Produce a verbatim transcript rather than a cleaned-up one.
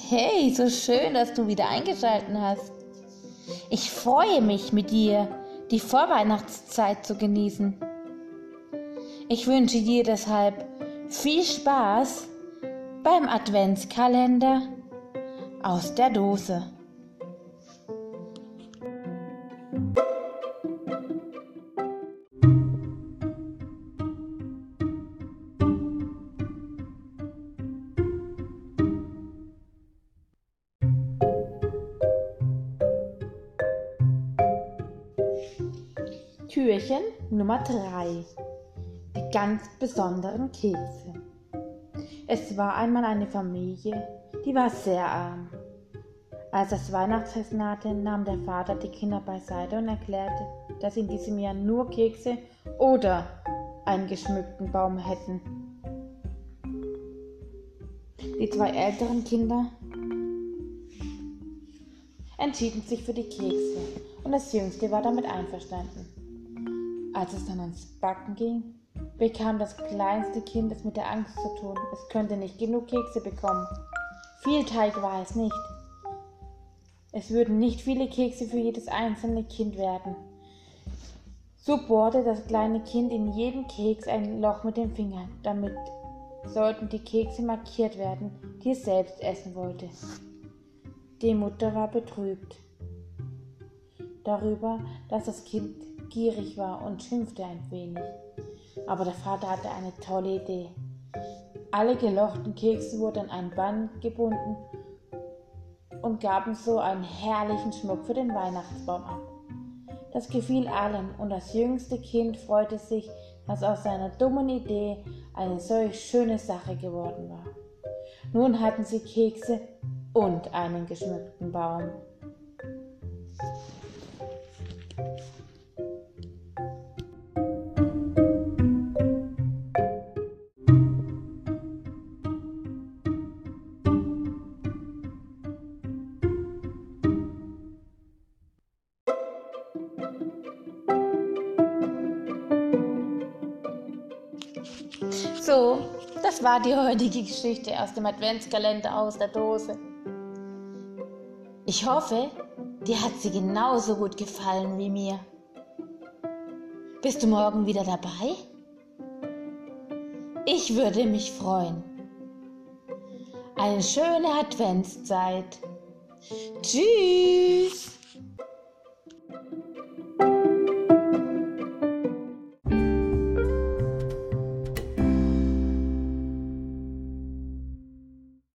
Hey, so schön, dass du wieder eingeschaltet hast. Ich freue mich, mit dir die Vorweihnachtszeit zu genießen. Ich wünsche dir deshalb viel Spaß beim Adventskalender aus der Dose. Türchen Nummer drei. Die ganz besonderen Kekse. Es war einmal eine Familie, die war sehr arm. Als das Weihnachtsfest nahte, nahm der Vater die Kinder beiseite und erklärte, dass sie in diesem Jahr nur Kekse oder einen geschmückten Baum hätten. Die zwei älteren Kinder entschieden sich für die Kekse und das Jüngste war damit einverstanden. Als es dann ans Backen ging, bekam das kleinste Kind es mit der Angst zu tun, es könnte nicht genug Kekse bekommen. Viel Teig war es nicht. Es würden nicht viele Kekse für jedes einzelne Kind werden. So bohrte das kleine Kind in jeden Keks ein Loch mit dem Finger, damit sollten die Kekse markiert werden, die es selbst essen wollte. Die Mutter war betrübt darüber, dass das Kind gierig war und schimpfte ein wenig. Aber der Vater hatte eine tolle Idee. Alle gelochten Kekse wurden an ein Band gebunden und gaben so einen herrlichen Schmuck für den Weihnachtsbaum ab. Das gefiel allen und das jüngste Kind freute sich, dass aus seiner dummen Idee eine solch schöne Sache geworden war. Nun hatten sie Kekse und einen geschmückten Baum. So, das war die heutige Geschichte aus dem Adventskalender aus der Dose. Ich hoffe, dir hat sie genauso gut gefallen wie mir. Bist du morgen wieder dabei? Ich würde mich freuen. Eine schöne Adventszeit. Tschüss!